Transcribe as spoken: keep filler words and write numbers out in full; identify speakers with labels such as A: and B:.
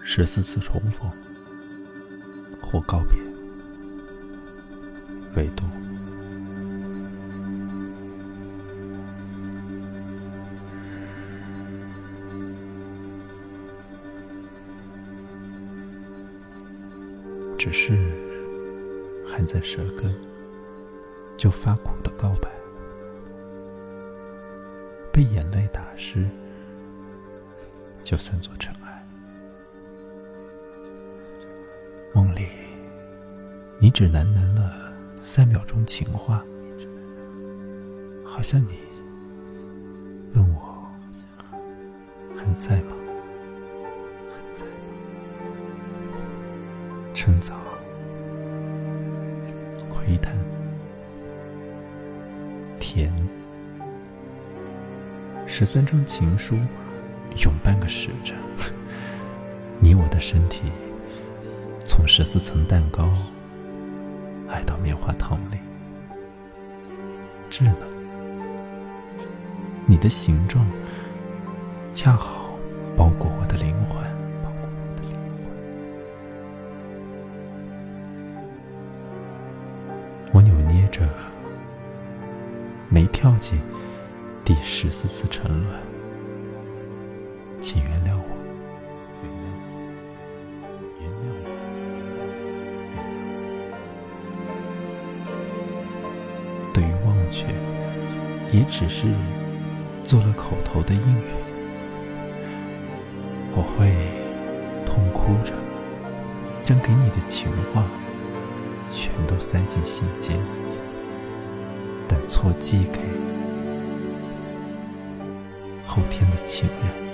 A: 十四次重逢或告别，唯独只是还在舌根就发苦的告白，被眼泪打湿就散作尘埃。梦里你只喃喃了三秒钟情话，好像你问我还在吗？趁早窥探甜，十三张情书拥半个时辰，你我的身体从十四层蛋糕爱到棉花糖里，稚嫩，你的形状恰好包裹我的灵魂，包裹我的灵魂。我扭捏着没跳进第十四次沉沦，请原谅我，原谅我，原谅我。对于忘却，也只是做了口头的应允。我会痛哭着将给你的情话全都塞进信笺，但错寄给后天的情人。